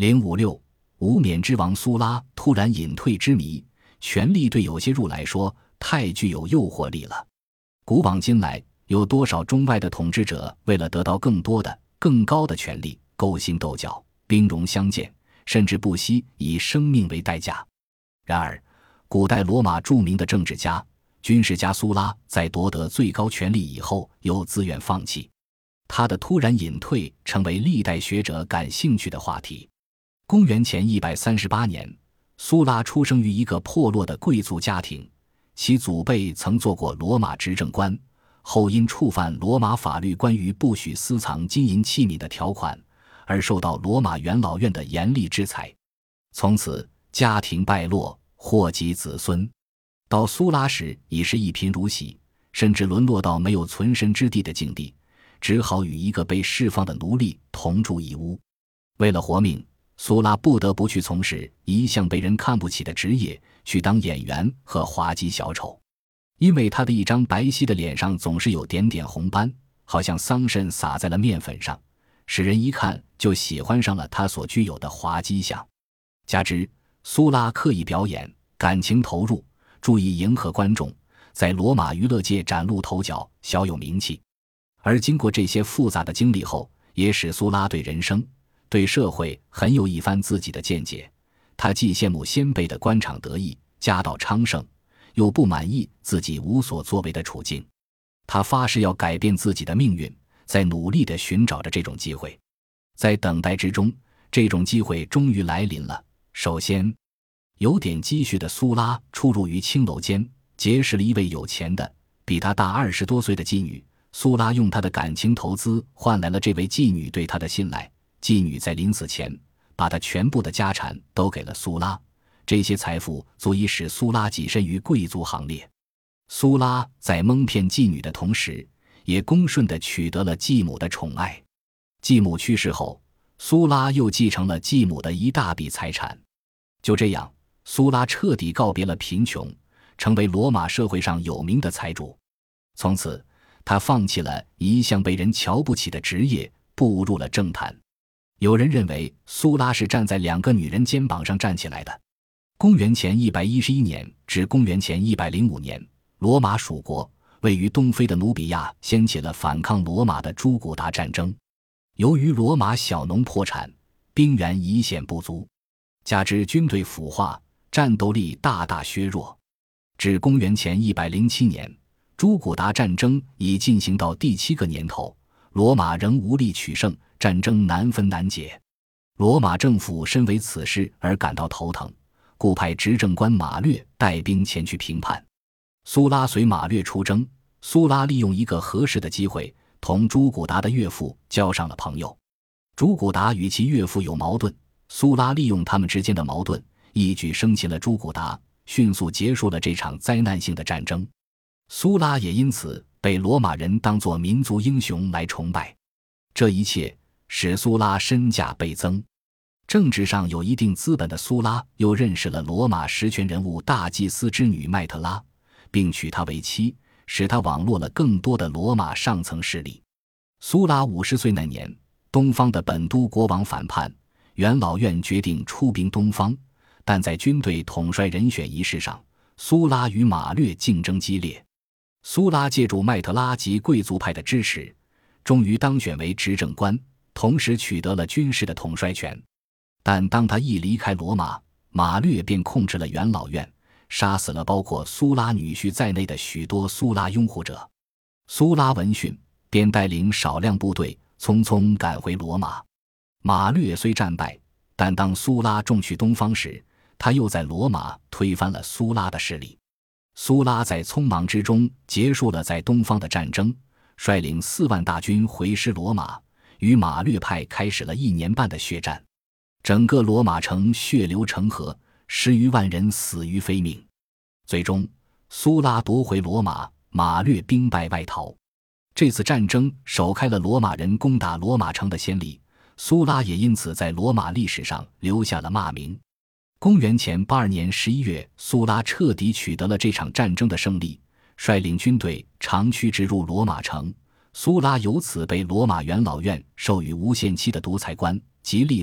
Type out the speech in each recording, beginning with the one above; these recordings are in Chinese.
056无冕之王苏拉突然隐退之谜，权力对有些入来说太具有诱惑力了。古往今来，有多少中外的统治者为了得到更多的、更高的权力，勾心斗角，兵戎相见，甚至不惜以生命为代价。然而，古代罗马著名的政治家、军事家苏拉在夺得最高权力以后，又自愿放弃。他的突然隐退成为历代学者感兴趣的话题。公元前138年，苏拉出生于一个破落的贵族家庭，其祖辈曾做过罗马执政官，后因触犯罗马法律关于不许私藏金银器皿的条款，而受到罗马元老院的严厉制裁。从此家庭败落，祸及子孙。到苏拉时已是一贫如洗，甚至沦落到没有存身之地的境地，只好与一个被释放的奴隶同住一屋。为了活命，苏拉不得不去从事一向被人看不起的职业，去当演员和滑稽小丑。因为他的一张白皙的脸上总是有点点红斑，好像桑葚撒在了面粉上，使人一看就喜欢上了他所具有的滑稽相。加之苏拉刻意表演，感情投入，注意迎合观众，在罗马娱乐界崭露头角，小有名气。而经过这些复杂的经历后，也使苏拉对人生、对社会很有一番自己的见解。他既羡慕先辈的官场得意、家道昌盛，又不满意自己无所作为的处境。他发誓要改变自己的命运，在努力地寻找着这种机会。在等待之中，这种机会终于来临了。首先，有点积蓄的苏拉出入于青楼间，结识了一位有钱的、比他大20多岁的妓女。苏拉用他的感情投资换来了这位妓女对他的信赖。妓女在临死前把他全部的家产都给了苏拉，这些财富足以使苏拉跻身于贵族行列。苏拉在蒙骗妓女的同时，也恭顺地取得了继母的宠爱。继母去世后，苏拉又继承了继母的一大笔财产。就这样，苏拉彻底告别了贫穷，成为罗马社会上有名的财主。从此，他放弃了一向被人瞧不起的职业，步入了政坛。有人认为苏拉是站在2个女人肩膀上站起来的。公元前111年至公元前105年，罗马属国，位于东非的努比亚掀起了反抗罗马的诸古达战争。由于罗马小农破产，兵源一线不足，加之军队腐化，战斗力大大削弱。至公元前107年，诸古达战争已进行到第7个年头，罗马仍无力取胜，战争难分难解。罗马政府深为此事而感到头疼，故派执政官马略带兵前去平叛。苏拉随马略出征，苏拉利用一个合适的机会，同朱古达的岳父交上了朋友。朱古达与其岳父有矛盾，苏拉利用他们之间的矛盾，一举生擒了朱古达，迅速结束了这场灾难性的战争。苏拉也因此被罗马人当作民族英雄来崇拜。这一切使苏拉身价倍增。政治上有一定资本的苏拉又认识了罗马实权人物大祭司之女麦特拉，并娶她为妻，使她网络了更多的罗马上层势力。苏拉50岁那年，东方的本都国王反叛，元老院决定出兵东方，但在军队统帅人选一事上，苏拉与马略竞争激烈。苏拉借助麦特拉及贵族派的支持，终于当选为执政官，同时取得了军事的统帅权。但当他一离开罗马，马略便控制了元老院，杀死了包括苏拉女婿在内的许多苏拉拥护者。苏拉闻讯，便带领少量部队匆匆赶回罗马。马略虽战败，但当苏拉重取东方时，他又在罗马推翻了苏拉的势力。苏拉在匆忙之中结束了在东方的战争，率领4万大军回师罗马，与马略派开始了1年半的血战。整个罗马城血流成河，10余万人死于非命。最终，苏拉夺回罗马，马略兵败外逃。这次战争首开了罗马人攻打罗马城的先例，苏拉也因此在罗马历史上留下了骂名。公元前82年11月，苏拉彻底取得了这场战争的胜利，率领军队长驱直入罗马城。苏拉由此被罗马元老院授予无限期的独裁官及立法、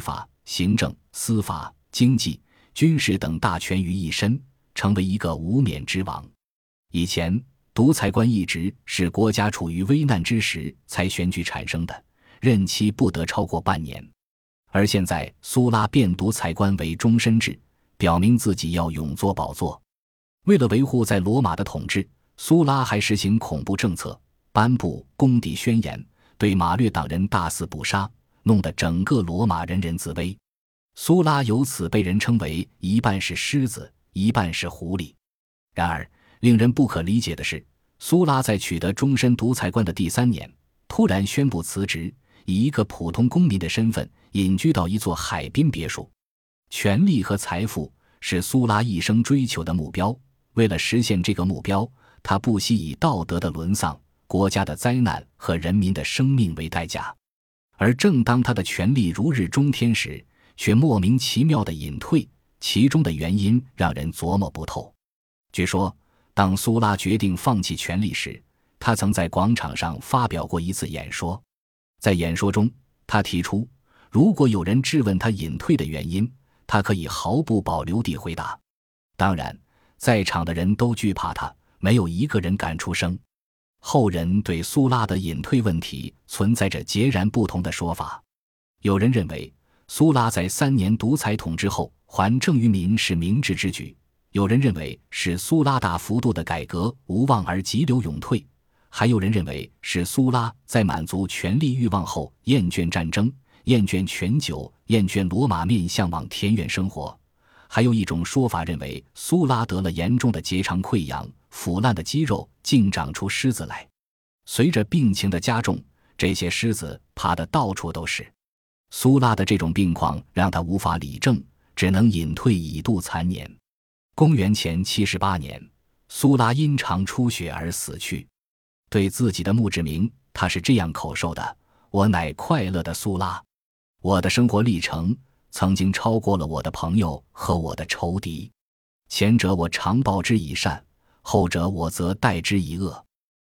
行政、司法、经济、军事等大权于一身，成为一个无冕之王。以前独裁官一职是国家处于危难之时才选举产生的，任期不得超过半年。而现在苏拉变独裁官为终身制，表明自己要永坐宝座。为了维护在罗马的统治，苏拉还实行恐怖政策，颁布公敌宣言，对马略党人大肆捕杀，弄得整个罗马人人自危。苏拉由此被人称为一半是狮子，一半是狐狸。然而令人不可理解的是，苏拉在取得终身独裁官的第3年，突然宣布辞职，以一个普通公民的身份隐居到一座海滨别墅。权力和财富是苏拉一生追求的目标，为了实现这个目标，他不惜以道德的沦丧、国家的灾难和人民的生命为代价。而正当他的权力如日中天时，却莫名其妙地隐退，其中的原因让人琢磨不透。据说当苏拉决定放弃权力时，他曾在广场上发表过一次演说。在演说中，他提出，如果有人质问他隐退的原因，他可以毫不保留地回答。当然，在场的人都惧怕他，没有一个人敢出声。后人对苏拉的隐退问题存在着截然不同的说法。有人认为苏拉在3年独裁统治后还政于民是明智之举，有人认为是苏拉大幅度的改革无望而急流勇退，还有人认为是苏拉在满足权力欲望后厌倦战争、厌倦权酒、厌倦罗马面向往田园生活。还有一种说法认为苏拉得了严重的结肠溃疡，腐烂的肌肉竟长出虱子来。随着病情的加重，这些虱子爬得到处都是。苏拉的这种病况让他无法理政，只能隐退以度残年。公元前78年，苏拉因肠出血而死去。对自己的墓志铭，他是这样口授的：我乃快乐的苏拉。我的生活历程曾经超过了我的朋友和我的仇敌，前者我常报之以善，后者我则待之以恶。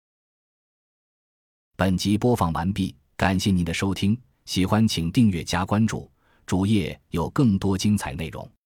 本集播放完毕，感谢您的收听，喜欢请订阅加关注，主页有更多精彩内容。